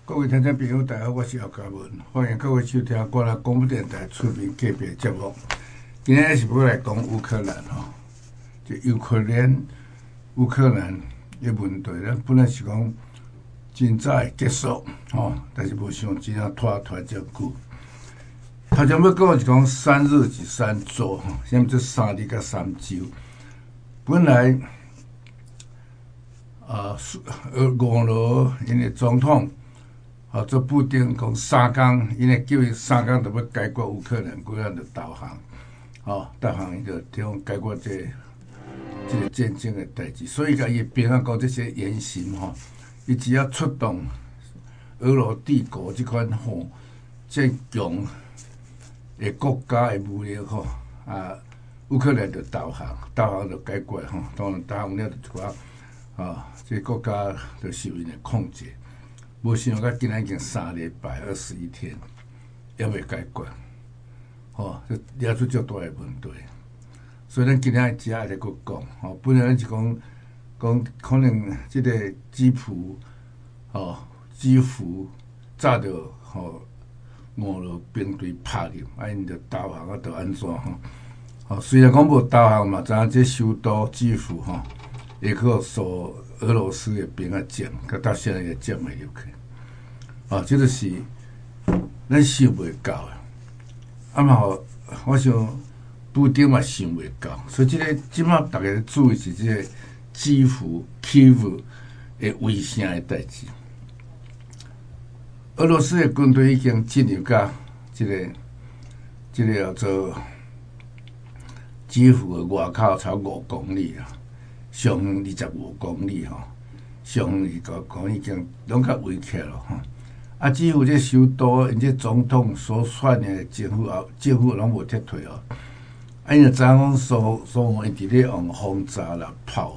各位听众朋友，大家好，我是姚嘉文，欢迎各位收听国立广播电台出名特别节目。今天是要来讲乌克兰吼，就乌克兰的问题，咱本来是讲真早会结束吼，但是无想真正拖遮久。头前要讲是讲3日及3周，现在这3日甲3周，本来俄罗因为总统。做布丁讲3天，因为叫伊3天就要解决乌克兰，几咱就投降，投降伊就提供解决这个战争的代志。所以甲伊兵啊讲这些言行伊只要出动俄罗帝国这款最强的国家的武力乌克兰就投降就解决当然投降了就一寡这国家就受因的控制。无想到今仔已经3礼拜21天，也未解决，这惹出足大的问题。所以咱今仔只爱来佫讲，本来咱是讲可能这个基辅早就俄罗兵队拍入，因就投降就安怎虽然讲无投降嘛，知影这首都基辅会去受俄罗斯的兵占，可到现在也占袂入去。这就是咱想袂到的。嘛，我想布丁嘛想袂到，所以即摆大家注意是这个基辅的卫星的代志。俄罗斯的军队已经进入到这个叫做基辅的外口超5公里上25公里上20公里已经拢较围起了基辅这首都，因这总统所选的政府拢无撤退因就知影讲所因伫咧用轰炸啦、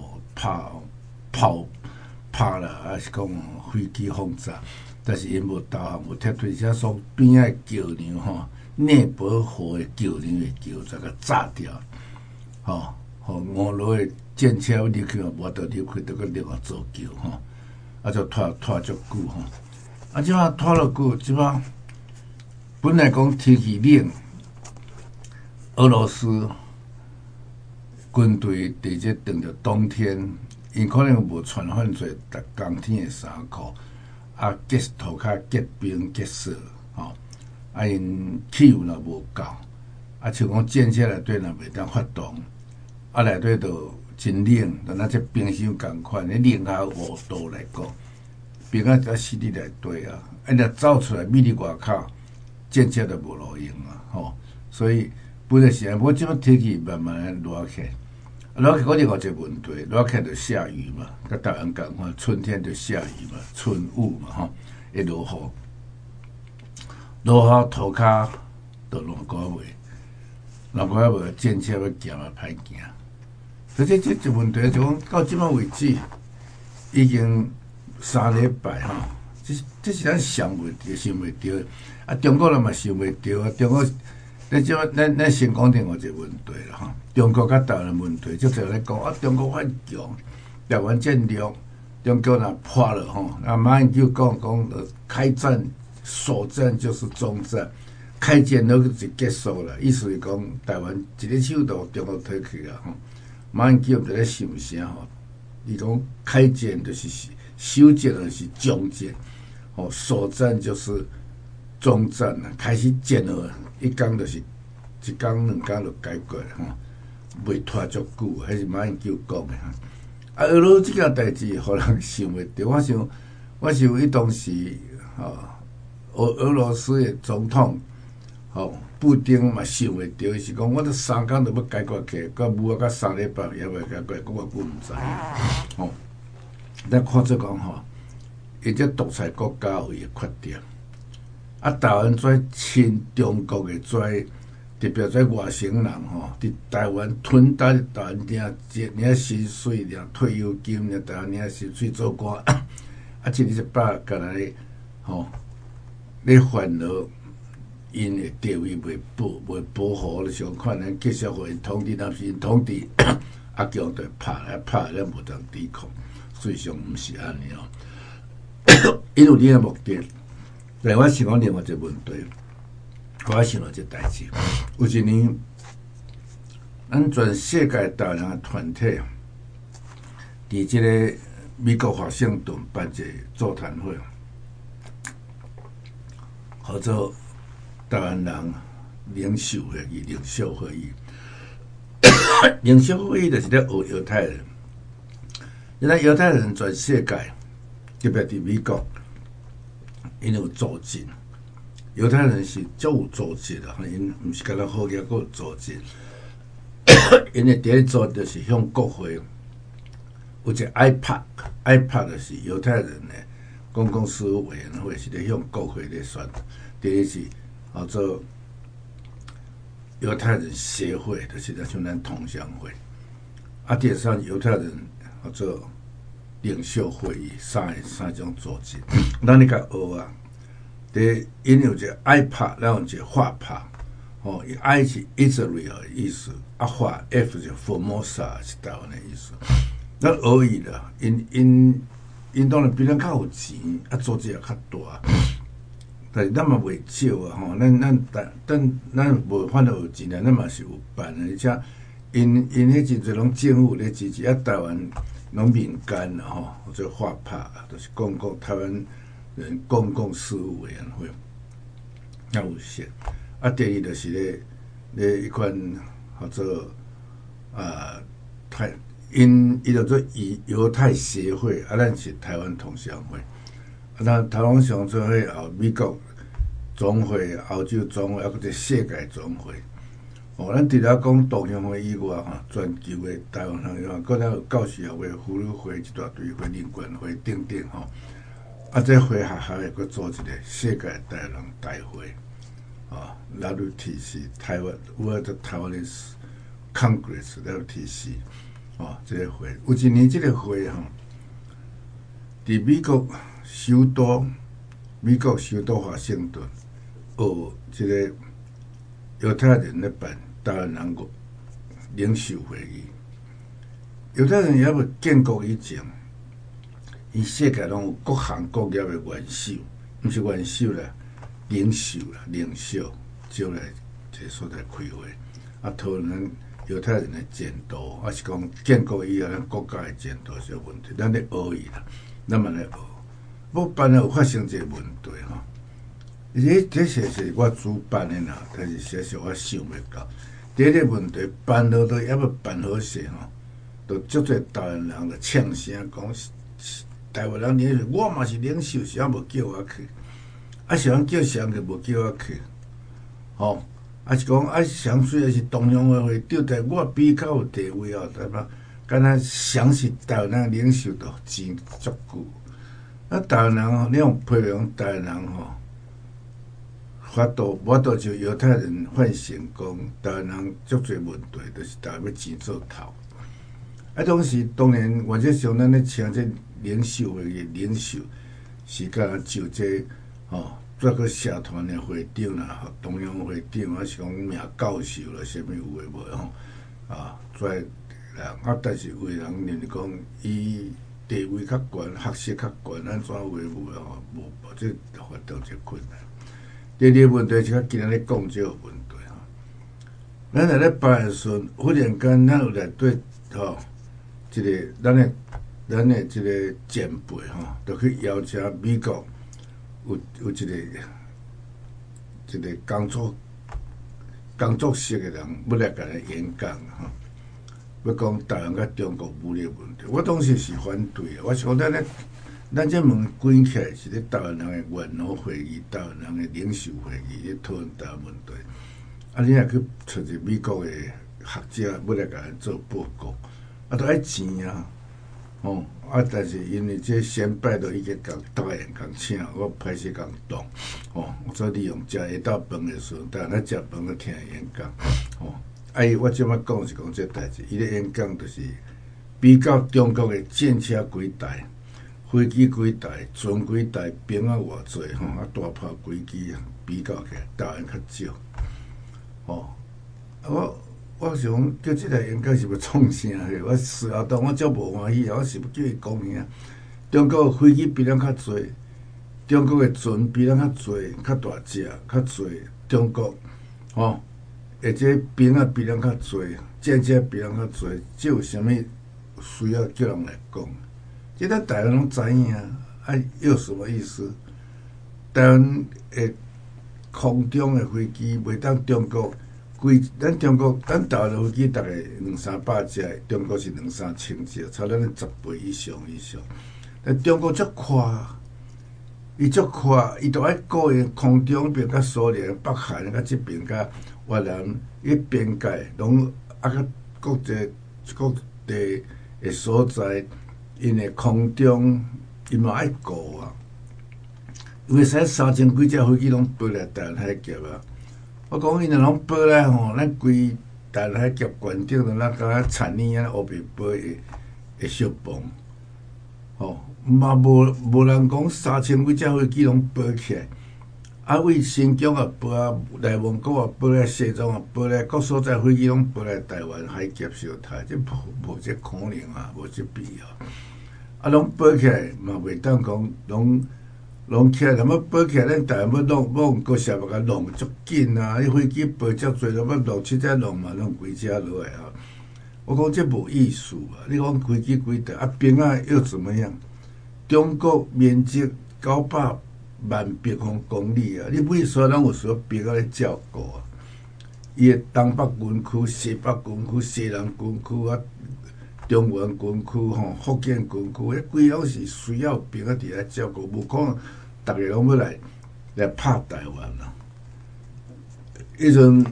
炮啦，还是讲飞机轰炸，但是因无投降、无撤退，且所边仔桥梁内部河的桥梁的桥才甲炸掉，俄罗的战车入去无得入去，得个另外造桥就拖足久即摆拖了久，即摆本来讲天气冷，俄罗斯军队伫这等着冬天，因可能无穿很侪冬天的衫裤，涂骹结冰结霜因汽油若无够，像讲战车内底若袂当发动，内底就真冷，就那这冰箱共款，冷下5度来讲。兵在死伫内底若走出来，秘伫外口，战车就无路用所以本来是不过即摆天气慢慢热起，热起，另外一个问题，热起就下雨嘛，甲台湾共款，春天就下雨嘛，春雨嘛会落雨，落雨涂骹就烂个尾，战车要行嘛歹行。所以这问题就讲到即摆为止，已经3礼拜这是咱想袂到，中国人嘛想袂到中国，咱先讲另外一个问题啦中国甲台湾的问题，足侪咧讲中国反强，台湾战略，中国若破了马英九讲开战，首战就是终战，开战了就结束了，意思是讲台湾一个手都中国摕去了马英九就咧想啥伊讲开战就是首战就是终战，首战就是终战开始战了，一天就是1天2天就解决了袂拖足久，迄是马英九讲的俄罗斯这件代志，互人想袂到。我想伊当时俄罗斯的总统布丁嘛想袂到，是讲我这3天就要解决起，到武到3礼拜也未解决，我毋知咱看做讲伊这独裁国家有伊的缺点，台湾做亲中国的做，特别做外省人伫台湾囤台湾领薪水、领退休金、领台湾领薪水做官，一百个来咧烦恼因的地位袂保护，就像看咱继续互因统治，若是因统治，强就拍咱无通抵抗。事实上毋是安尼因有你的目的， 但我想讲另外一个问题，我想到一个代志，有一年，咱全世界台湾人的团体，伫即个美国华盛顿办一个座谈会，叫做台湾人领袖会议、领袖会议。领袖会议就是咧学犹太人，因为犹太人全世界，特别伫美国，因有组织。犹太人是足有组织的，因毋是干那好嘢，佫有组织。因为第一组就是向国会有一个 iPad 就是犹太人的公共事务委员会，是咧向国会咧选。第二是叫做犹太人协会，就是像咱同乡会。啊，第三犹太人叫做领袖会议，三种组织。咱咧甲学啊。因有一个 iPad， 然后有一个画帕，哦 ，I 是 Israel 的意思，啊画 F 是 Formosa 是台湾的意思。咱学伊啦，因当然比咱较有钱，啊组织也较大，但是咱嘛袂少啊吼，咱无反正有钱啊，咱嘛是有办的，而且因迄真侪拢政府咧支持，啊台湾拢民间啦吼，做画帕，就是台湾人公共事务委员会，那有些。啊，第二就是咧一款叫做伊叫做犹太协会，啊，咱是台湾同乡会。啊，咱台湾上做伙后，美国总会、欧洲总会，啊，佫一世界总会。哦，咱除了讲同乡会以外，吼，全球的台湾人以外，佫咱有教师协会、妇女会一大堆会、人权会等等吼。啊，这会下的佫做一个世界台湾人大会，啊 ，WTC 台湾 World Taiwanese Congress WTC， 哦，这个会有一年这个会吼，伫美国首都华盛顿，这个犹太人咧办台湾人领袖会议，犹太人也要建国以前。伊世界拢有各行各业的元首，毋是元首啦，领袖，招来一个所在开会，啊，讨论犹太人的前途，啊是讲建国以后咱国家的前途是有问题，咱咧学伊啦，咱嘛咧学。不办有发生一个问题吼，这是我主办的啦，但是实际我想袂到。第一个问题办落都也要办好势吼，都足侪台湾人就呛声讲。台湾人领袖，我嘛是领袖，谁无叫我去？啊，谁叫谁就无叫我去？吼，啊是讲啊，谁虽然是同乡会会长，但我比较有地位哦，对吧？敢若谁是台湾人领袖，都真足够。啊，台湾人吼，你用批评台湾人吼，我都就犹太人反省讲，台湾人足侪问题，就是台湾要钱做头。啊，当然，原则上咱咧请这领袖的领袖，是甲就这做个社团的会长啦，同乡会长啊，是讲名教授啦，啥物有诶无吼啊，做人啊，但是有诶人认为讲伊地位较悬，学识较悬，咱怎维护吼？无这活动就困难。第二个问题是今仔日讲这个问题吼，咱在咧办的时阵，忽然间咱有内底吼。这个咱的这个前辈吼，就去邀请美国有一个工作室的人要来甲咱演讲吼，要讲台湾甲中国武力问题。我当时是反对的，我想咱这门关起来是咧台湾人的元老会议、台湾人的领袖会议咧讨论台湾问题。啊，你若去找一美国的学者要来甲咱做报告。啊，都爱钱啊，哦，啊，但是因为这先摆都已经甲答应甲请，我歹势甲动，哦，我所利用食下昼饭的时候，当然食饭去听演讲，哦，我即摆讲是讲这代志，伊咧演讲就是比较中国的战车几台、飞机几台、船几台、兵啊偌济吼，啊大炮几支比较起来，台湾较少，哦，我想叫即个演讲是要创啥个？我事后当我足无欢喜，我是要叫伊讲啥？中国飞机比咱较侪， 中国的船比咱较侪，较大只，较侪。中国或者兵啊比咱较侪，战车比咱较侪，这有啥物需要叫人来讲？这咱台湾拢知影，有什么意思？台湾的空中的飞机袂当中国咱中国咱台湾的飞机大概200-300只，中国是2-3千只，差咱10倍以上。但中国足快，伊足快，伊都爱顾因空中边甲苏联、北韩甲这边甲越南伊边界，拢甲国地的所在，因的空中伊嘛爱顾啊。因为使3000几只飞机拢飞来台湾海峡啊！我讲因若拢飞来吼，咱规台湾海峡关顶都咱甲田里啊乌白飞会小崩，吼嘛无人讲3000几只飞机拢飞起来，啊为新疆也飞啊，内蒙古也飞来，西藏也飞来，各所在飞机拢飞来台湾海峡小台，这无这可能啊，无这必要。啊，拢飞起来嘛袂当讲拢起来，要飞起来，咱台湾要弄国社嘛，甲弄足紧啊！迄飞机飞遮侪，要弄7只弄嘛，弄几只落来啊！我讲这无意思啊！你讲飞机几台啊？兵啊又怎么样？中国面积900万平方公里啊！你每所拢有所兵啊咧照顾啊！伊的东北军区、西北军区、西南军区啊，中原军区吼、福建军区，迄规拢是需要兵啊伫遐照顾，无可能逐个拢要来拍台湾啦。迄阵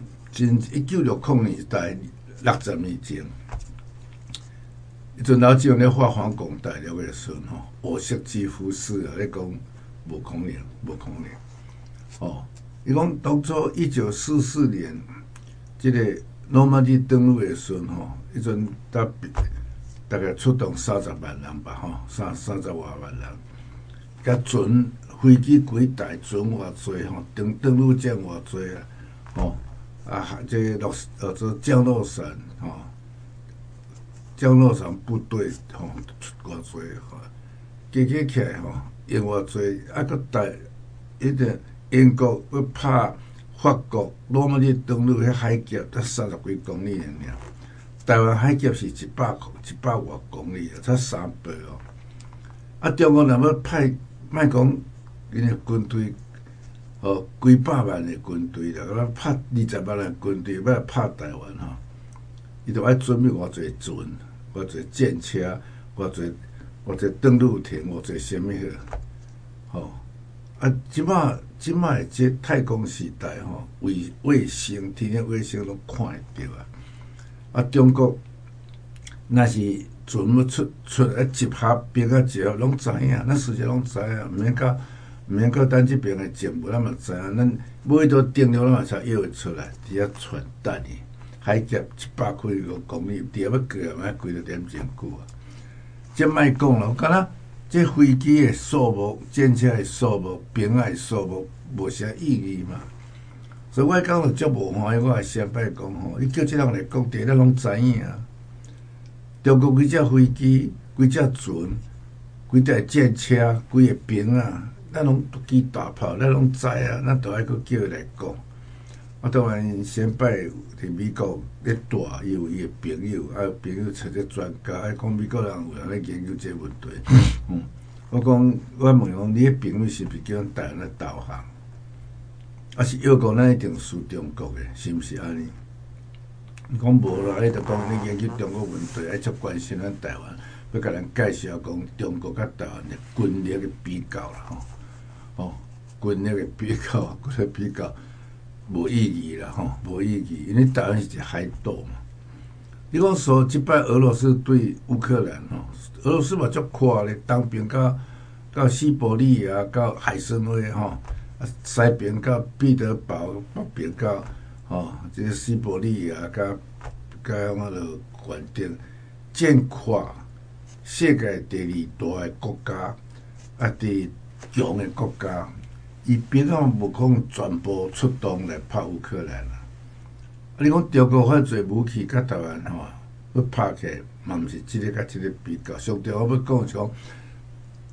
1960年代60年前，迄阵老蒋咧发反攻大陆的时阵吼，我识基夫斯啊咧讲无可能。哦，伊讲当初1944年，即个诺曼底登陆的时阵吼，迄阵大概出动30万人吧，吼，30多万人，甲船飞机几台，船偌济吼，登陆舰偌济啊，吼这个降落伞吼，降落伞部队吼出偌济吼，加起来吼用偌济，啊个迄个英国要拍法国罗马尼登陆迄海峡，才30几公里尔。台湾海峡是100外公里啊，才3倍哦。啊，中国若要派，莫讲因的军队，几百万的军队啦，咱拍20万的军队要来拍台湾吼，伊就爱准备偌济船、偌济舰车、偌济登陆艇、偌济啥物吼。啊，即摆这太空时代吼，卫星、天天卫星拢看会到啊。啊，中国若是船要出来集合兵啊，集合拢知影，咱事实拢知影，毋免到等即边的政府，咱嘛知影，咱每一道定了，咱嘛才摇会出来，伫遐传等伊。海峡100几个公里，伫遐要过来，嘛过了点真久啊。这莫讲了，敢若这飞机的数目、战车的数目、兵啊的数目，无啥意义嘛。所以我讲就足无欢喜，我也先摆讲吼，你叫即人来讲，大家拢知影。中国几只飞机、几只船、几台战车、几个兵啊，咱拢机大炮，咱拢知啊，咱都爱搁叫伊来讲。啊，当然先摆伫美国咧住，伊有伊的朋友，啊朋友找个专家，啊讲美国人有人咧研究这问题。我讲，我问讲，你的朋友是毋是叫咱台湾来投降？啊，是要讲咱一定输中国的，是毋是安尼？你讲无啦，你着讲你研究中国问题，爱足关心咱台湾，要甲咱介绍讲中国甲台湾的军力的比较啦，吼，军力的比较无意义啦，吼，无意义，因为台湾是一个海岛嘛。你讲说即摆俄罗斯对乌克兰吼，俄罗斯嘛足快咧，东边到西伯利亚，到海参崴吼。啊，西边到彼得堡，北边到这个西伯利亚，甲我落关顶，渐跨世界第2大的国家，啊，伫强的国家，伊兵啊无可能全部出动来拍乌克兰啊！你讲中国遐侪武器，甲台湾要拍起来，嘛毋是即个甲即个比较。上帝我要讲是讲，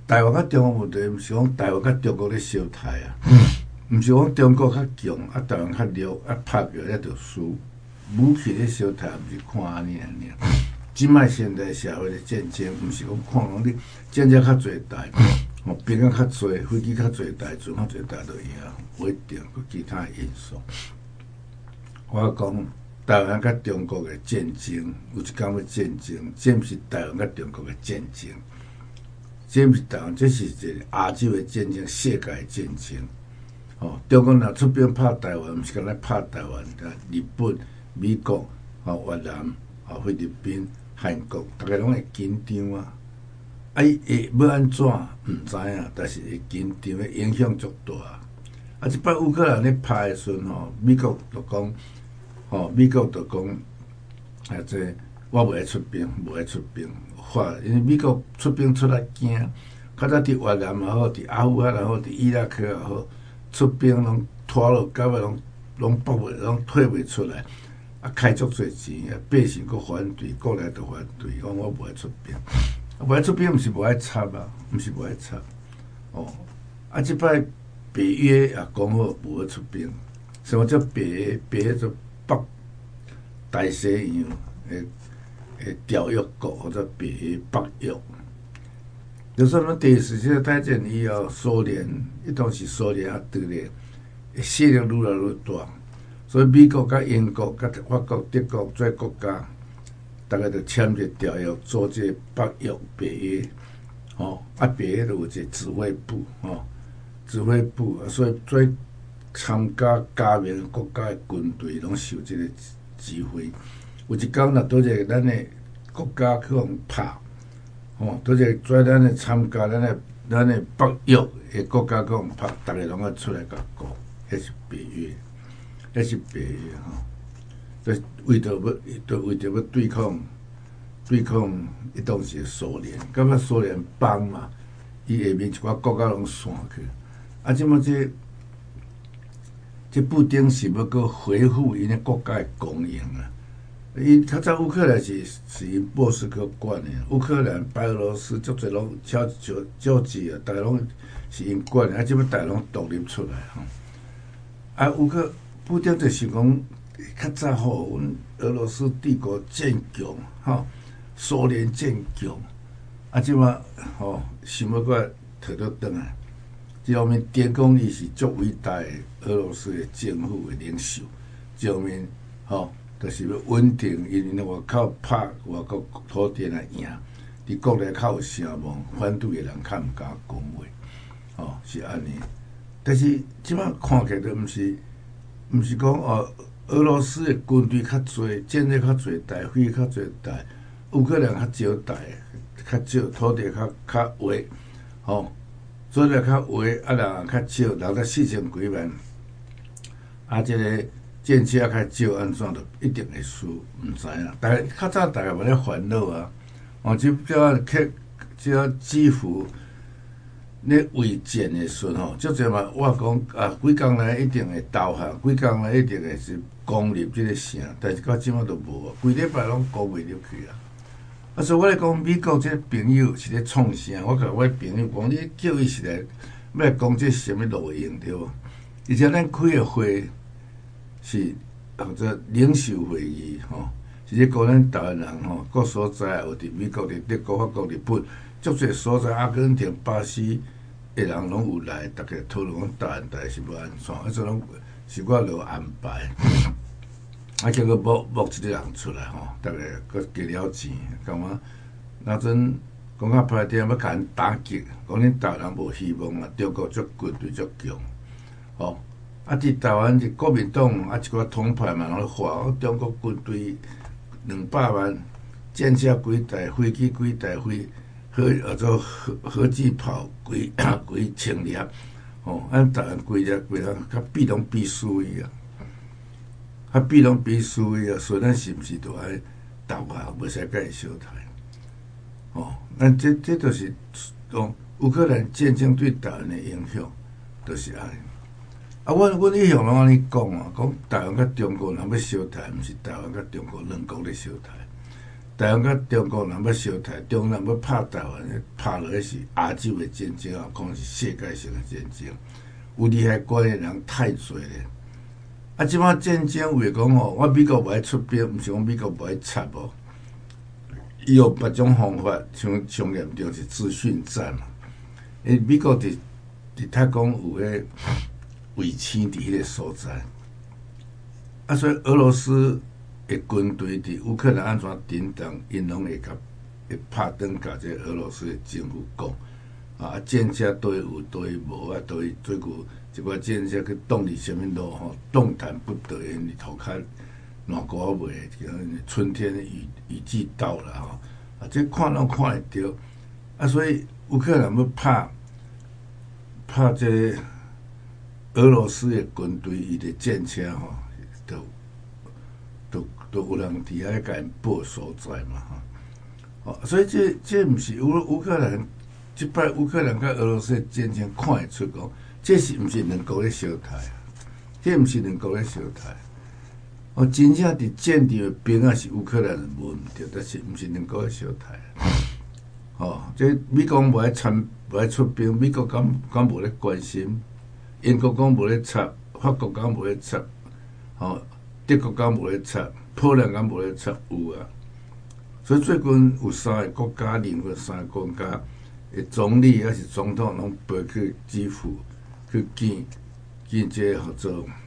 台湾甲中国问题，毋是讲台湾甲中国咧小台啊，毋是讲中国较强，啊台湾较弱，啊拍着咧就输。武器咧小台，毋是看安尼。即摆现代社会的战争，毋是讲看讲你战争较侪台，兵啊较侪，飞机较侪台，船较侪台就赢，不一定，佮其他因素。我讲台湾甲中国的战争，有一天要战争，这毋是台湾甲中国的战争，这毋是台湾，这是一个亚洲的战争，世界的战争。中国若出兵拍台湾，毋是干来拍台湾，日本、美国、越南、菲律宾、韩国，大家拢会紧张啊！伊会要安怎？毋知影，但是会紧张，会影响足大。即摆乌克兰咧拍的时阵美国就讲，美国就讲，我袂爱出兵，无爱出兵，因为美国出兵出来惊，较早伫越南也好，伫阿富汗也好，伫伊拉克也好，出兵拢拖落，到尾拢搏袂，拢退袂出来。开足侪钱，百姓佫反对，国内都反对，讲我无爱出兵，无爱出兵，毋是无爱插啊，毋是无爱插。即摆北约也讲好无爱出兵，什么叫北约？北约就北大西洋的条约国，或者北约、北约。就说咱第二次世界大战以后，苏联迄当时苏联也对咧，势力愈来愈大。所以美国、甲英国、甲法国、德国这国家，大家就签一个条约，做这北约、北约，北约就有一个指挥部，指挥部，所以做参加盟国家的军队，拢受这个指挥。有一天，若倒一个咱的国家去互拍，倒一个做咱的参加咱的北约的国家去互拍，大家拢要出来甲讲，迄是北约。迄是北约就是为着要对抗伊当时的苏联，感觉苏联帮嘛，伊下面一寡国家拢散去。即马这布丁是要搁恢复因的国家的公营啊。伊较早乌克兰是因莫斯科管的，乌克兰、白俄罗斯足侪拢超级啊，大家拢是因管的。即马大家拢独立出来布丁就想讲，较早阮俄罗斯帝国渐强，苏联渐强，即马想要过来摕倒转来。一方面，点讲伊是足伟大的俄罗斯的政府的领袖；一方面，就是要稳定，因为外口拍外国土地来赢，伫国内较有声望，反对的人较毋敢讲话，是安尼。但是即马看起来都毋是讲俄罗斯的军队较侪，战略较侪台，飞较侪台，乌克兰较少台，较少土地较微，做了较微，人较少，人才4000几万，即个战车较少，安怎就一定会输？毋知影。较早大家嘛咧烦恼啊，这基辅咧围战的时阵足侪嘛，我讲几工内一定会投降，几工内一定会是攻入即个城，但是到即马都无啊，规礼拜拢攻袂入去啊。所以我咧讲，美国这朋友是咧创啥？我甲我朋友讲，你叫伊是来要来讲这什么路用对无？而且咱开的会是或者领袖会议是咧讲咱台湾人各所在，有伫美国、伫德国、法国、日本，足侪所在，阿根廷、巴西的人拢有来，大家讨论讲台湾代是要安怎，所以拢是我落安排。结果募一个人出来大家佮加了钱，感觉那阵讲较歹听，要甲因打击，讲恁台湾人无希望啊，中国足军队足强，伫台湾是国民党一寡统派嘛，拢咧话中国军队200万，战车几台，飞机几台，核子炮几千粒，咱台湾几粒，较比拢比输伊啊。比拢比输伊啊，所以咱是毋是着爱投降，袂使甲伊相杀？咱这就是讲乌克兰战争对台湾的影响，就是安尼。阮一向拢安尼讲讲台湾甲中国若要相杀，毋是台湾甲中国两国咧相杀， 台湾甲中国若要相台，中国若要拍台湾，拍落是亚洲的战争啊，讲是世界性的战争。有利害关系的人太多咧。啊，即摆战争为讲吼，我美国无爱出兵，毋是讲美国无爱插无，伊有别种方法，上严重是资讯战嘛。美国伫太空有迄卫星伫迄个所在，啊，所以俄罗斯的军队伫乌克兰安怎顶动，因拢会拍转甲这俄罗斯的政府讲。啊，战车倒有倒无啊，倒最久一寡战车去挡伫什么路吼，动弹不得，因头壳烂瓜尾，春天雨季到了吼，啊，这看拢看会到，啊，所以乌克兰要拍这俄罗斯的军队，伊的战车吼，都有人伫遐甲因报所在嘛吼，哦，所以这毋是乌克兰。即摆乌克兰甲俄罗斯的战争看会出讲，这是毋是两国咧相杀啊？这毋是两国咧相杀。哦，真正伫战场的兵啊是乌克兰人无毋对，但是毋是两国咧相杀。哦，这美国无爱出兵，美国敢无咧关心？英国讲无咧插，法国讲无咧插，哦，德国讲无咧插，波兰讲无咧插，有啊。所以最近有3个国家联合3个国家。总理还是总统拢飞去基辅去见这合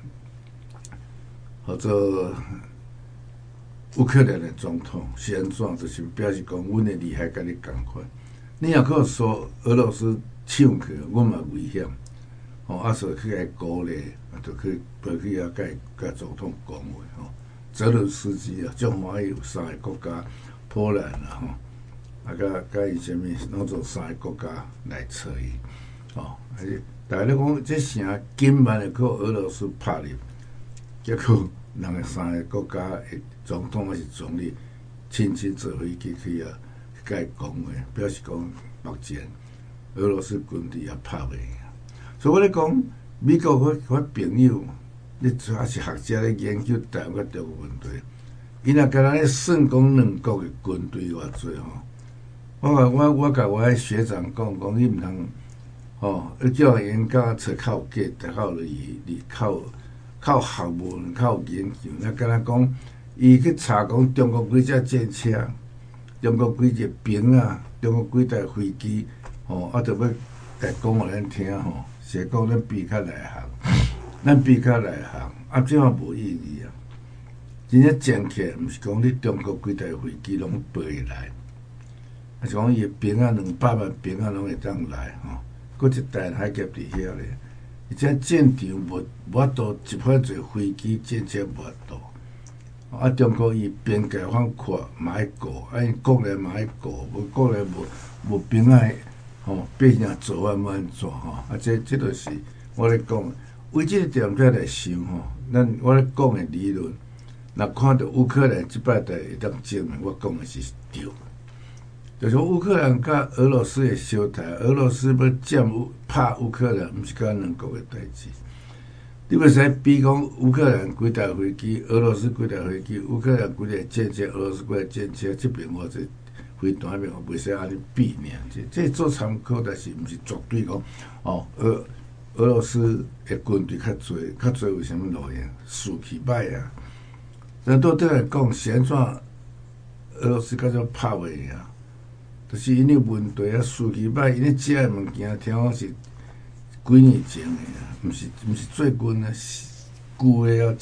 作乌克兰的总统是安怎？就是表示讲，阮的利害甲你共款。你若可说俄罗斯抢去，阮嘛危险。哦，啊，所以去来鼓励，啊，就去飞去甲总统讲话。吼，泽连斯基啊，种欢喜有3个国家，波兰啊，吼。啊，甲伊啥物，拢做3个国家来找伊，哦，大家咧讲，这城今晚会靠俄罗斯拍入，结果人个3个国家的总统还是总理亲自坐飞机去啊，甲伊讲话，表示讲目前俄罗斯军队也拍袂赢。所以我咧讲，美国我朋友，你主要是学者咧研究台湾甲中国问题，伊若敢若咧算讲两国的军队偌济吼。我甲我迄学长讲，你毋通吼，叫人研究找靠价，靠你靠学问，靠研究。那敢若讲，伊去查讲中国几只战车，中国几只兵啊，中国几台飞机，吼，啊，着要来讲互咱听吼，是讲咱比较内行，咱比较内行，啊，这样无意义啊。真正战起来，毋是讲你中国几台飞机拢飞来。啊，是讲伊兵啊，200万兵啊，拢会当来吼。搁一台海峡伫遐咧，而且战场无法度一番侪飞机战车无法度。啊，中国伊边界反扩嘛爱顾，啊，因国内嘛爱顾，无国内无兵啊，吼，百姓做法要安怎吼？啊，这就是我咧讲，为即个点在来想吼，我咧讲的理论，若看到乌克兰即摆代会当证明我讲的是对。就是乌克兰甲俄罗斯的相杀，俄罗斯要拍乌克兰，毋是甲两国的代志。你要使比讲乌克兰几台飞机，俄罗斯几台飞机，乌克兰几台战车，俄罗斯几台战车，这边我这飞弹那边我袂使安尼比呢。这做参考，但是毋是绝对讲哦。俄罗斯的军队较侪为什么路用？士气歹啊。但倒来讲，是安怎俄罗斯较少拍袂赢？就是因个问题啊，士气歹，因咧食诶物件，听讲是几年前诶啊，毋是最近啊，旧诶哦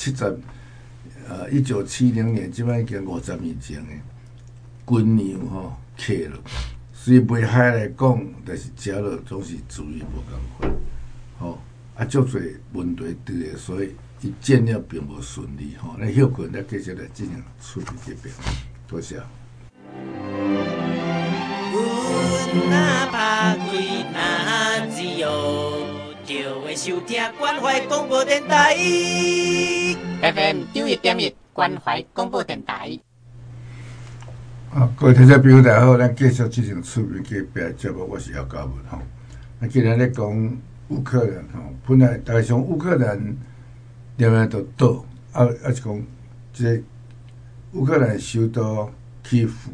，1970年，即摆已经50年前诶，军粮吼客咯，虽袂海来讲，但是食落总是滋味无共款，吼啊，足侪问题伫咧，所以伊战了并无顺利吼。咱休困，咱继续来进行处理这边，多谢。 哪怕开哪自由，就会收听关怀广播电台 FM 91.1关怀广播电台。 各位听众朋友大家好，咱继续进行厝边隔壁节目，我是姚嘉文吼。那今日咧讲乌克兰吼，本来大家从乌克兰连就倒，是讲这乌克兰首都基辅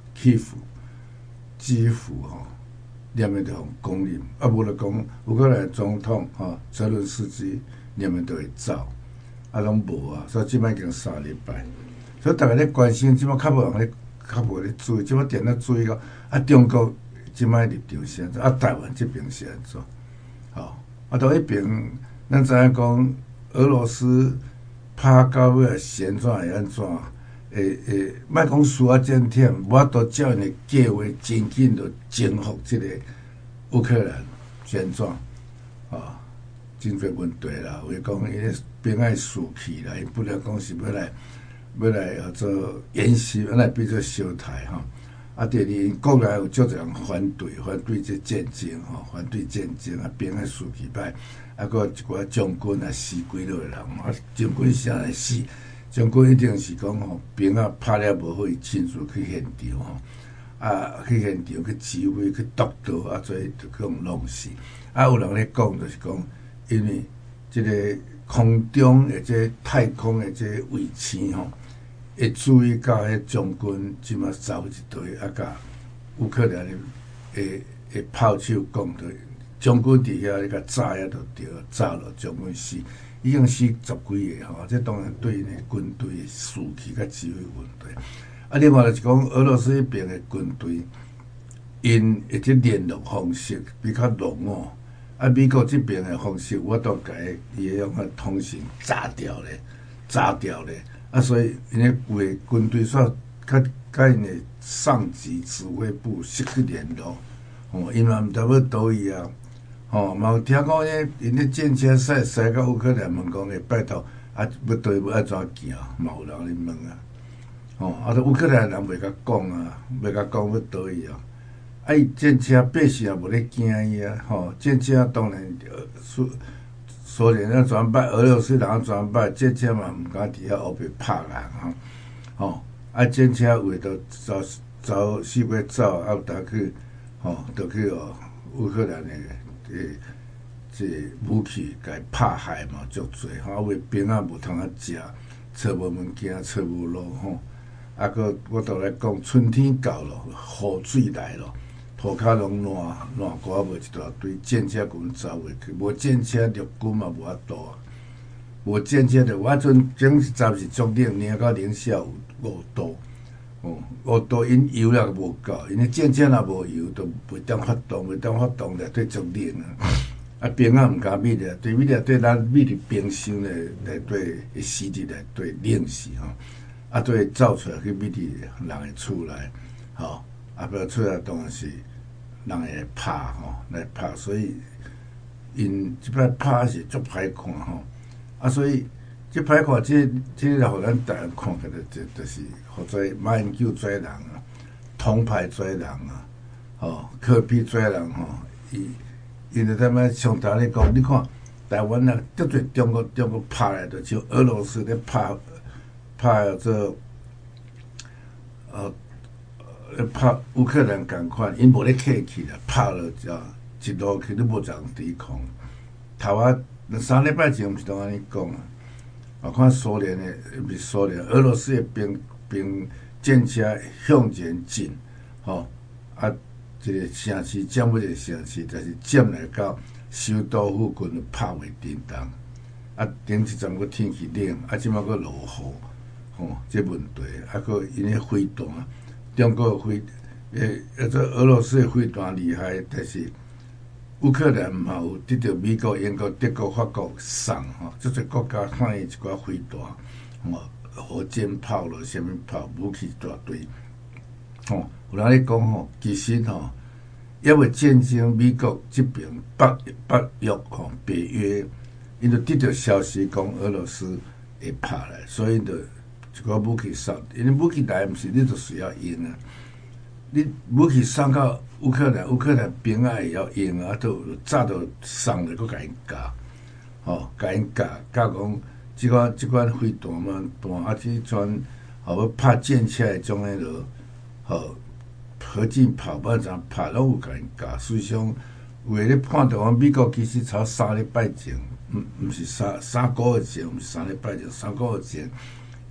念的就攻入，啊，无就讲乌克兰总统泽伦斯基念的就会走，啊，拢无啊，所以即摆已经3礼拜，所以大家咧关心，即摆较无人咧，较无咧注意，即摆电咧注意到，啊，中国即摆立场是安怎，啊，台湾这边是安怎，啊，到迄边，咱知影讲俄罗斯拍到尾旋转会安怎？莫讲输啊真忝，我都照因的计划，真紧就征服这个乌克兰旋转，真侪问题啦。为讲伊咧兵爱士气啦，伊不了讲是要来做演习，要来变做小台啊，第二，国内有足侪人反对这战争反对战争啊，兵爱士气歹，啊，搁一寡将军啊死几落人将军啥来死？将军一定是讲兵啊拍了无好，伊亲自去现场去现场去指挥去督导啊，所以就去用弄死。啊，有人咧讲就是讲，因为即个空中的这太空的这卫星会注意到迄将军即马走一堆甲乌克兰的炮手讲着，将军伫遐咧甲炸遐就对，炸了将军死。已经死10几个这当然对因的军队的士气甲指挥问题。啊，另外就是讲俄罗斯迄边的军队，因的这联络方式比较浓啊，美国这边的方式，我都甲伊的用通讯炸掉咧。啊，所以因的为军队煞甲因的上级指挥部失去联络，因嘛毋知要倒去啊。嘛有听讲因咧战车驶到乌克兰，问讲会拜托啊，要对要安怎行？嘛有人咧问啊。啊，乌克兰人袂甲讲啊，要倒去啊。啊，伊战车百姓也无咧惊伊啊。战车当然苏联啊全摆，俄罗斯人啊全摆，战车嘛毋敢伫遐后壁拍人啊，战车为着走四界走，啊，有去就去乌克兰的。这武器甲伊拍害嘛，足侪为兵啊无通食，找无物件，找无路啊，搁我倒来讲，春天到咯，雨水来咯，涂骹拢烂瓜无一大堆，战车根走袂去，无战车陆军嘛无法度啊，无战车着我阵整站是足冷，领到零下5度。5度因油也无够，因为战车若无油，就袂当发动咧，对足冷啊！啊，兵啊毋敢密咧，对密咧，对咱密伫冰箱咧，内底会死伫内底冷死啊，对走出来去密伫人的厝内，啊，不出来当然是人会拍来拍，所以因即摆拍是足歹看啊，所以。即歹看，即个互咱大人看起来，就是互做马英九做人啊，统派做人啊，柯 P 做人因就踮咧上头咧讲，你看台湾啊，足侪中国拍来，就像俄罗斯咧拍做拍乌克兰共款，因无咧客气啦，拍了一路去，你无人抵抗。头3礼拜前毋是都安尼讲啊？看苏联的，不是苏联，俄罗斯的兵战车向前进，啊，一个城市占一个城市，但是占来到首都附近拍袂叮当，啊，顶一阵个天气冷，啊，即马个落雨，这问题，啊，个因个飞弹，中国飞，这俄罗斯的飞弹厉害，但是。乌克兰嘛有得到美国、英国、德国、法国送足侪国家送伊一寡飞弹，火箭炮咯，啥物炮，武器一大堆。有人咧讲其实因为战争，美国这边北约北约，因就得到消息讲俄罗斯会拍来，所以就一寡武器送，因为武器来毋是你就需要用啊。你武器送到乌克兰兵啊会晓用啊，都早就送来，搁甲因教，甲因教讲，即款飞弹嘛弹啊，即阵要拍战车的种迄落，核进炮不怎拍，拢有甲因教。实际上，为咧判断美国其实超3礼拜前，毋是3个月前，毋是3礼拜前，3个月前，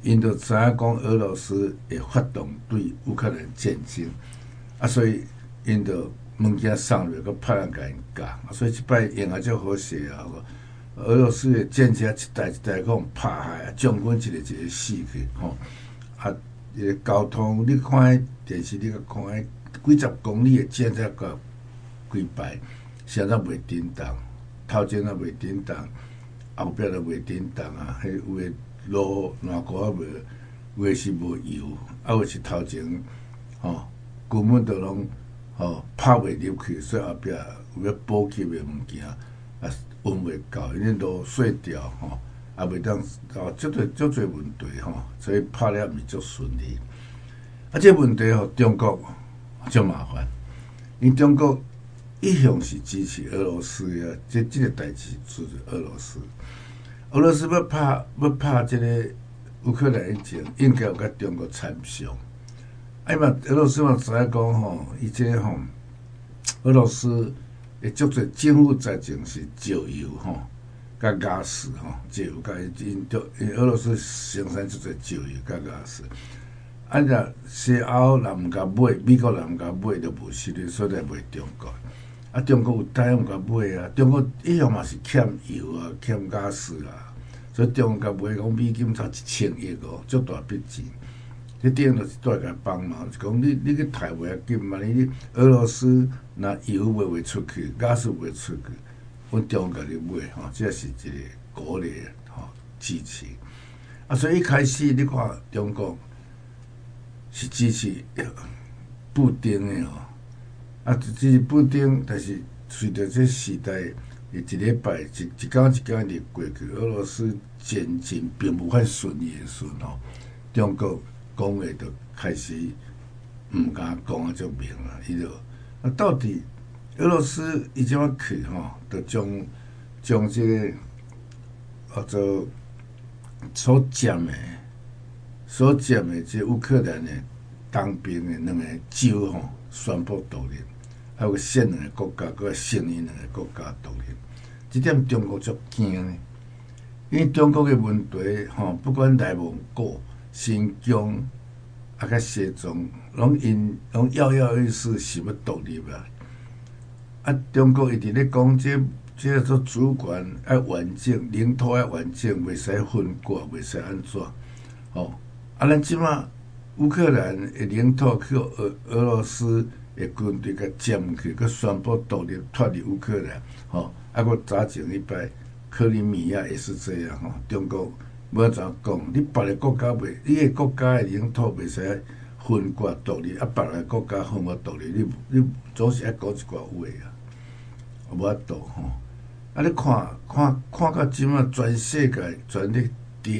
因就知影讲俄罗斯会发动对乌克兰战争，啊，所以因就物件送落，佮派人甲因教，所以即摆用啊足好势啊！俄罗斯的战车一台一台互拍下，将军一个一个死去，吼！啊，交通你看电视，你甲看几十公里的战车甲几排，现在袂振动，头前也袂振动，后壁也袂振动啊！迄有诶路烂裤仔无，有诶是无油，啊，有是头前吼根本都拢拍袂入去，所以后壁有要补给诶物件啊运袂到，因为路碎掉吼，也袂当足侪问题吼，所以拍了毋是足顺利。啊，这问题中国足麻烦，因为中国一向是支持俄罗斯啊，这个代志支持俄罗斯。俄罗斯要拍这个乌克兰以前，应该有甲中国参详。啊嘛，俄罗斯嘛知影讲吼，伊这个吼，俄罗斯会足侪政府财政是石油吼，甲瓦斯吼，石油甲因俄罗斯生产足侪石油甲瓦斯。啊，若西欧人毋甲买，美国人毋甲买，就无实力，所以来买中国。啊，中国有台湾甲买啊，中国一向嘛是欠油啊，欠瓦斯啊，所以中国甲买讲美金差1000亿哦，足大笔钱。迄顶就是倒来甲帮忙，是讲你去贷袂要紧，万一你俄罗斯若油卖袂出去，瓦斯卖出去，阮中国甲你买吼，这是一个鼓励吼支持。啊，所以一开始你看中国是支持布丁的吼，啊支持布丁，但是随着这时代一礼拜一天一天日过去，俄罗斯前进并无遐顺利的时吼，中国讲话就开始毋敢讲啊，足明啦，伊就啊到底俄罗斯伊怎啊去吼，就将这个做所占的这乌克兰的东边的两个州吼宣布独立，还有剩两个国家，搁剩余两个国家独立，这点中国足惊呢，因为中国的问题吼，不管内蒙古、新疆啊，甲西藏，拢跃跃欲试，想要独立啦。啊，中国一直咧讲这做主权要完整，领土要完整，袂使分割，袂使安怎？哦，啊，咱即马乌克兰的领土去俄罗斯的军队甲占去，佮宣布独立，脱离乌克兰。哦，啊，佮早前一摆克里米亚也是这样。吼，中国要怎讲？你别个国家袂，你个国家的领土袂使分割独立，啊，别个国家分割独立，你总是爱讲一寡话啊，无法度吼。啊，你看到即马全世界全力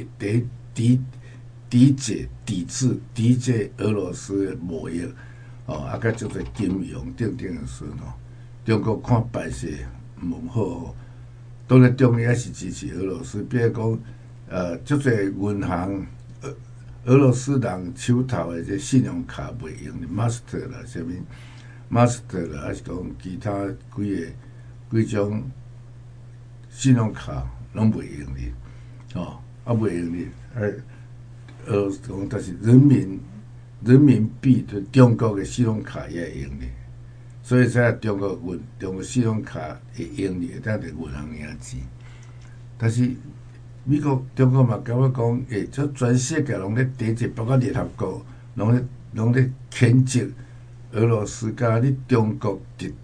抵制俄罗斯的贸易，哦，啊，甲足侪金融等等的事吼，中国看摆势毋好，当然中央也是支持俄罗斯，比如讲，足侪银行，俄罗斯人手头的这信用卡袂用的 ，Master 啦，啥物 Master 啦，还是讲其他几种信用卡拢袂用哩，哦，啊袂用哩，讲但是人民币对中国的信用卡也会用哩，所以说中国信用卡会用哩，会当伫银行赢钱。但是美国、中国嘛，甲我讲，这全世界拢咧抵制，包括联合国，拢咧谴责俄罗斯，甲你中国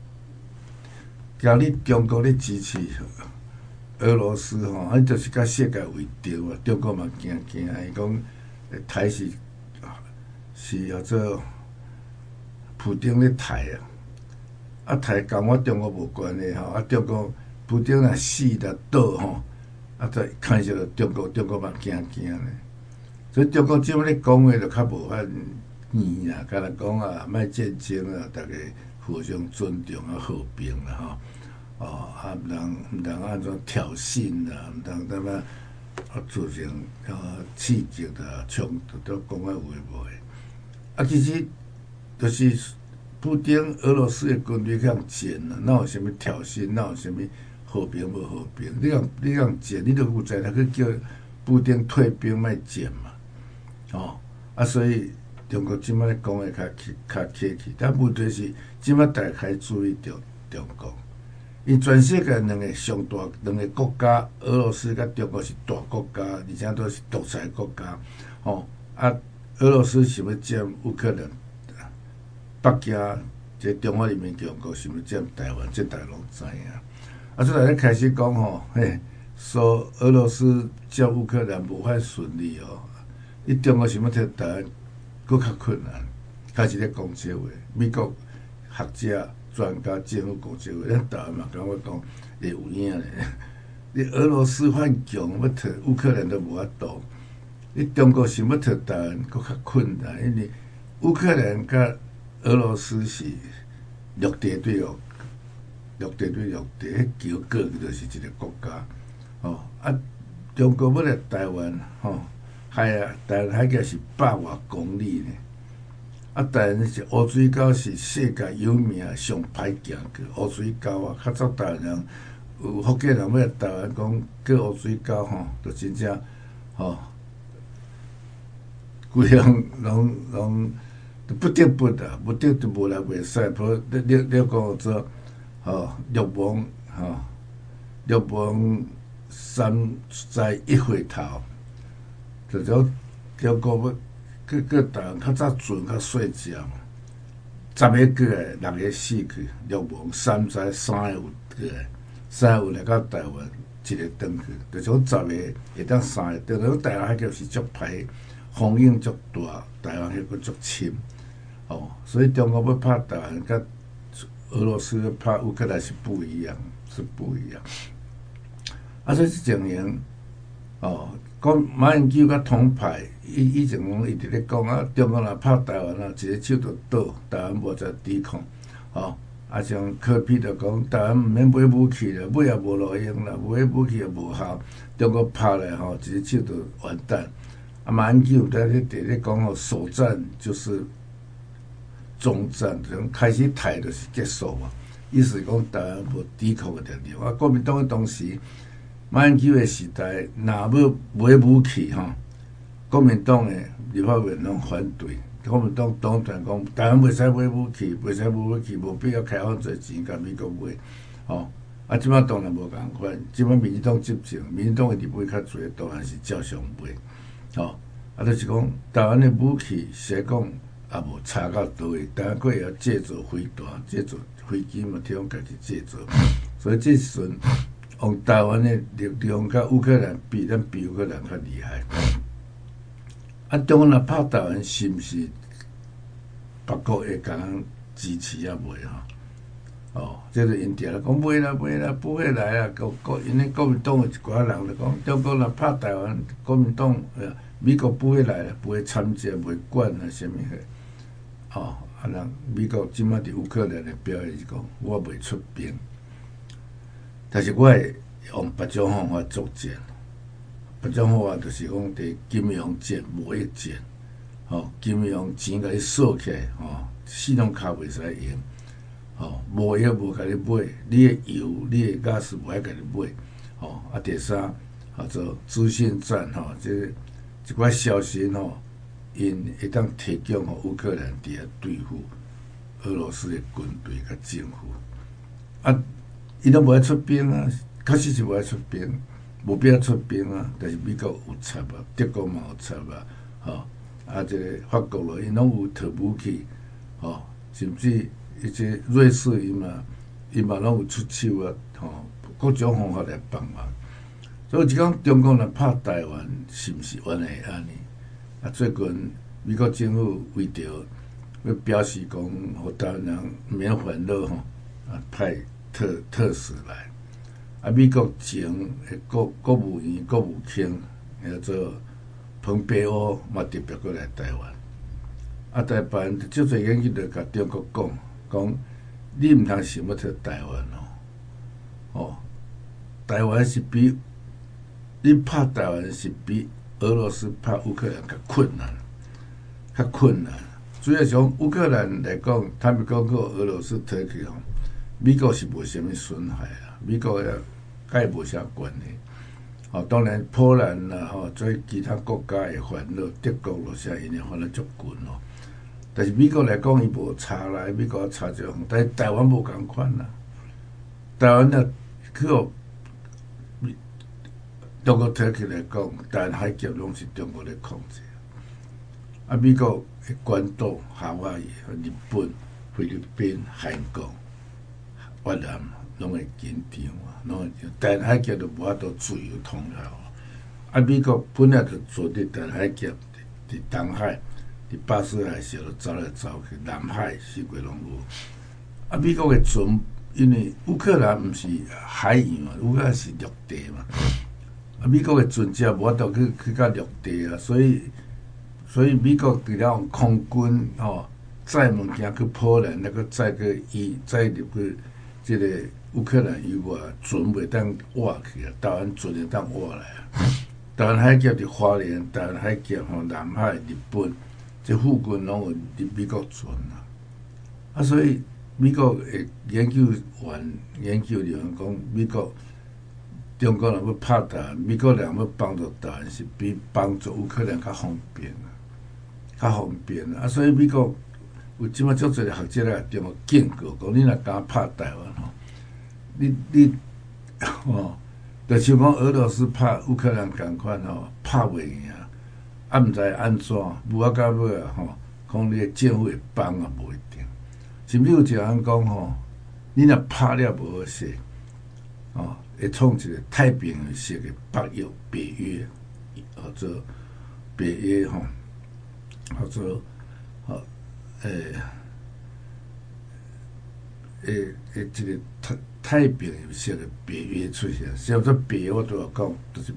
咧支持俄罗斯吼，啊，就是甲世界为敌啊！中国嘛惊，伊讲台是叫做普丁咧台啊，啊台跟我中国无关系吼，啊中国普丁若死若倒吼，啊再看着中国嘛惊咧，所以中国即摆咧讲话就较无法圆啦，敢若讲啊，莫战争啊，大家互相尊重啊，和平啦吼。哦，啊，毋通安怎挑衅啦，毋通他妈造成刺激啦、冲突，都讲啊有诶无诶。啊，其实就是普丁俄罗斯诶军队去人战啦，哪有啥物挑衅，哪有啥物和平无和平？你人战，你都有在那去叫普丁退兵莫战嘛？ 所以中国即摆咧讲诶较客气，但问题是即摆大家开始注意着中国。因全世界两个国家，俄罗斯甲中国是大国家，而且都是独裁国家。俄罗斯想要占乌克兰，北京即中华人民共和国想要占台湾，这大家拢知影。所以咧开始讲说俄罗斯占乌克兰无法顺利伊中国想要摕台湾，佫较困难。开始咧讲这话，美国学者。专家政府讲这话，咱台湾嘛感觉讲会有影咧。你俄罗斯反强，要摕乌克兰都无法度。你中国想要摕台湾，佫较困难，因为乌克兰甲俄罗斯是陆地对陆地，迄桥过去就是一个国家。中国要来台湾，台湾海峡是100多公里呢。台湾是乌水沟，是世界有名上歹行过乌水沟较早台湾人有福建人要来台湾讲过乌水沟就真正规项拢不得不的，不得就无来袂使。你讲做陆王三在一回头，就种中国要台湾较早船较细只嘛，10个过来，6个死去，陆王3灾3个有过来，3个有来到台湾，1个转去，就种10个会当3个转。台湾海峡是足歹，风影足大，台湾迄个足深，所以中国要拍台湾，甲俄罗斯要拍乌克兰是不一样。所以这情形，讲马英九甲统派。以前讲一直咧讲中国若拍台湾一个手就倒，台湾无再抵抗。像柯 P 就讲，台湾毋免买武器啦，买也无路用啦，买武器也无效。中国拍来一个手就完蛋。马英九在咧讲首战就是终战，开始台就是结束嘛。意思讲台湾无抵抗的力量。国民党当时马英九的时代，若要买武器国民党的立法院拢反对，国民党党团讲台湾袂使买武器，无必要开放侪钱甲美国买。即摆当然无共款，即摆民进党执政，民进党一直买较侪，当然是照常买。就是讲台湾的武器，实讲也无差到倒位，台湾佫会制造飞弹，制造飞机嘛，提供家己制造。所以这时阵用台湾的力量甲乌克兰比，咱比乌克兰较厉害。中国若拍台湾，是毋是别国会甲咱支持啊？袂这个因定咧讲袂啦，不会来啊！因为国民党有一寡人就讲，中国若拍台湾，国民党美国不会来，不会参加，袂管啊，啥物人美国即摆伫乌克兰的表现是讲，我袂出兵，但是我会用别种方法作战。别种方法就是讲，伫金融战、贸易战，金融钱甲你锁起来，信用卡袂使用，贸易无甲你买，你的油、你的驾驶无爱甲你买，第三，做资讯战，这一寡消息因会当提供乌克兰伫遐对付俄罗斯的军队甲政府，伊都无爱出兵啊，确实是无爱出兵。无必要出兵啊，但是美国有插啊，德国嘛有插啊，这个法国咯，因拢有特武器，甚至这瑞士伊嘛拢有出手啊，各种方法来帮忙。所以就讲中国若拍台湾，是毋是原来安尼？最近美国政府为着要表示讲，互台湾人免烦恼派特使来。美国前的国务院国务卿叫做蓬佩奥嘛特别过来台湾，台湾足侪人去甲中国讲，你毋通想要摕台湾台湾是比你拍台湾是比俄罗斯拍乌克兰较困难。主要从乌克兰来讲，他们讲过俄罗斯退去美国是无啥物损害啊。美国甲伊无啥关系， 当然波兰啦，做其他国家会烦恼，德国、罗西亚因会烦恼足紧哦。但是美国来讲，伊无差啦，美国差就，但是台湾无共款啦。台湾呢，去互中国提起来讲，台湾海峡拢是中国咧控制。啊，美国的关岛、夏威夷、日本、菲律宾、韩国、越南拢会紧张啊，拢会台湾海峡就无法度自由通了。啊，美国本来就做伫台湾海峡，伫东海。伫巴士海峡都走来走去，南海四国拢有。啊，美国的船，因为乌克兰毋是海洋嘛，乌克兰是陆地嘛。啊，美国的船只无法度去到陆地啊，所以美国除了用空军载物件去波兰，那个载入去即个乌克兰以外，船袂当挖去啊，台湾船会当挖来啊。台湾海峡伫花莲，台湾海峡南海、日本。这附近拢有伫美国船啊，所以美国的研究员讲，美国中国人要拍台湾，美国人要帮助台湾是比帮助乌克兰较方便啊，所以美国有即摆足侪学者来中国警告讲，你若敢拍台湾你就像讲俄罗斯拍乌克兰共款拍袂赢。啊，毋知安怎，无啊到尾啊讲你政府会帮啊，无一定。甚至有一个人讲你若拍了无好势，会创一个太平洋式的北约，或者北约或者一个太平洋式的北约出现。什么叫北约？我都要讲，就是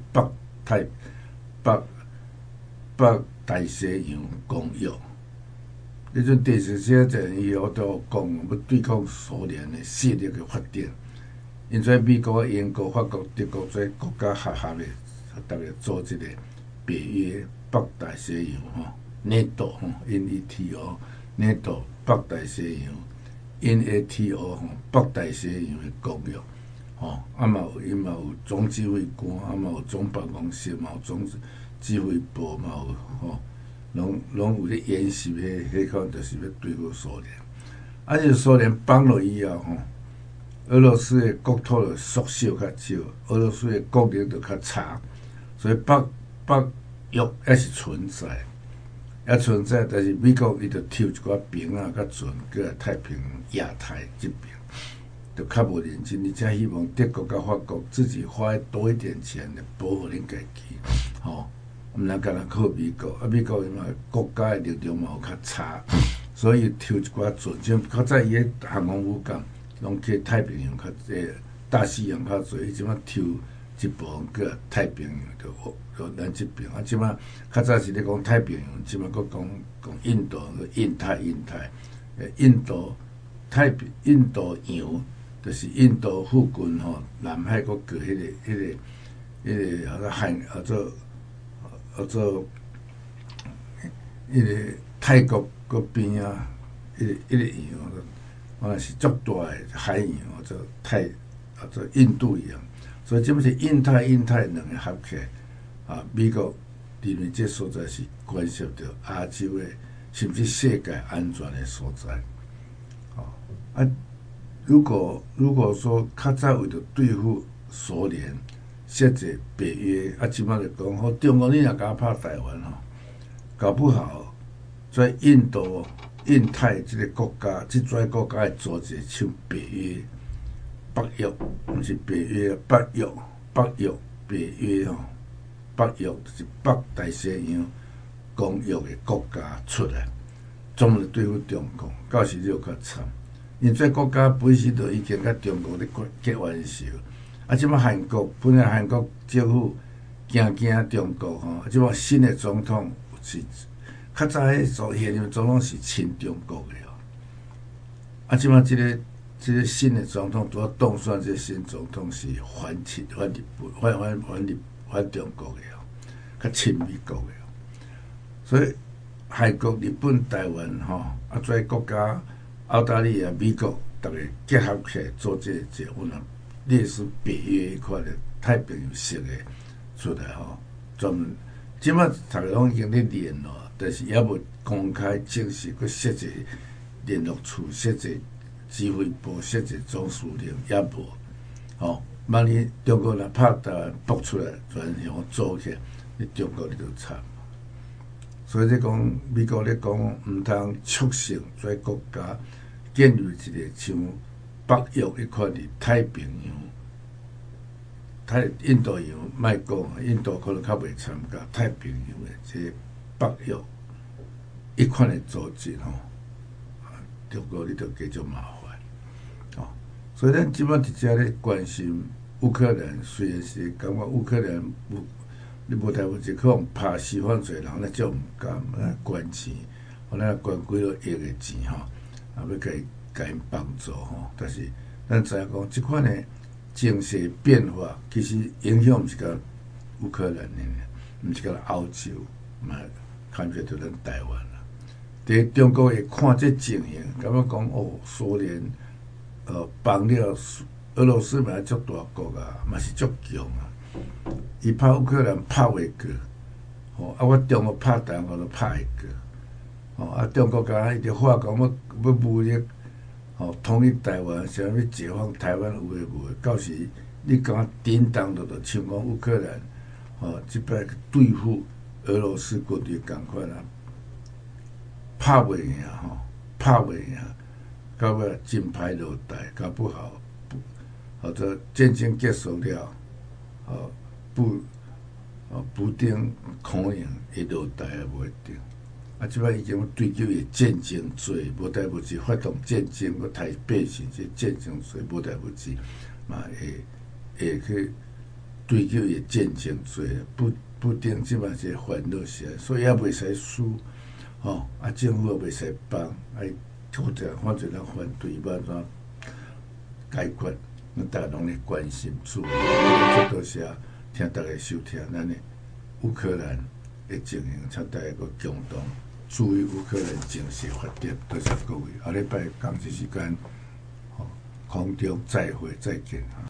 北大西洋公约，迄阵第四次战役我都讲要对抗苏联的势力的发展，因做美国、英国、法国、德国做国家合的，大家做一个北约北大西洋NATO NATO 北大西洋 NATO 北大西洋的公约，啊嘛有嘛有总指挥官，啊嘛有总办公室，嘛有总指挥部嘛有拢有咧演习迄可能就是要对付苏联。啊，就苏联崩落以后俄罗斯的国土就缩小较少，俄罗斯的国力就较差，所以北约还是存在，但是美国伊就抽一寡兵啊甲船过来太平亚太这边，就较无认真。而且希望德国甲法国自己花多一点钱来保护恁家己，毋能干那靠美国，美国因为国家的力量嘛有较差，所以抽一寡船，像较早伊个航空母舰，拢去太平洋较大西洋较侪，伊即摆抽一部分过来太平洋就咱即边，即摆较早是咧讲太平洋，即摆佫讲印度、印太，印度洋，就是印度附近南海佫过迄个做迄个泰国嗰边啊，迄个洋，是足大的海洋，做印度洋，所以即摆是印太两个合起来，美国认为这所在是关系到亚洲的甚至世界安全的所在。如果说较早为着对付苏联，设置北约，即摆就讲中国你若敢拍台湾搞不好在印度、印太这个国家，这些国家会组一个像北约、北约，毋是北约，北约，北约北约就是北大西洋公约的国家出来，专门对付中国，到时就较惨。因这国家本身就已经甲中国咧结冤仇。即摆韩国本来韩国政府惊中国即摆新的总统是较早迄现任总统是亲中国的即摆即个新的总统拄当选，这新总统是反中国的较亲美国的所以韩国、日本、台湾这些国家，澳大利亚、美国，大家结合起来做这类似北约迄块的太平洋式的出来吼，专门即摆大家拢已经咧练咯，但是也无公开正式去设置联络处、设置指挥部、设置总司令也无。吼，万一中国若拍台湾爆出来，全向做起来，你中国你就惨。所以你讲美国咧讲，毋通促成做国家建立一个像北约迄款的太平洋。印度洋莫讲，印度可能较袂参加太平洋的这北约一款的组织吼，中国你就加足麻烦哦。所以咱即摆直接咧关心乌克兰，虽然是感觉乌克兰你无代志可能拍死遐侪人，咱就毋甘，咱捐钱，咱捐几落亿的钱吼，啊要甲因帮助吼。但是咱知影讲，即款的情势变化，其实影响毋是甲乌克兰的，毋是甲欧洲，嘛看出就咱台湾啦。伫中国会看这情形，感觉讲哦，苏联帮了俄罗斯嘛足大国啊，嘛是足强啊。伊拍乌克兰拍袂过，吼啊！我中国拍台湾我都拍会过，吼啊！中国甲伊直话讲要武力。哦，统一台湾，啥物解放台湾有诶无诶？到时你敢叮当就像讲乌克兰，哦，即摆对付俄罗斯军队共款啊，拍袂赢吼，拍袂赢，到尾金牌落台，搞不好或者战争结束了，不定可能会落台也无一定。啊，即摆已经追究伊战争罪，无代无志发动战争，佮杀百姓，这战争罪无代无志，嘛会去追究伊战争罪，不定即摆是烦恼些，所以也袂使输，吼啊，政府也袂使帮，或者咱反对要安怎解决，咱大家拢咧关心注意，多谢听大家收听咱的乌克兰的情形，请大家个共同。注意乌克兰情势发展，多谢各位。下礼拜同一时间，空中再会，再见。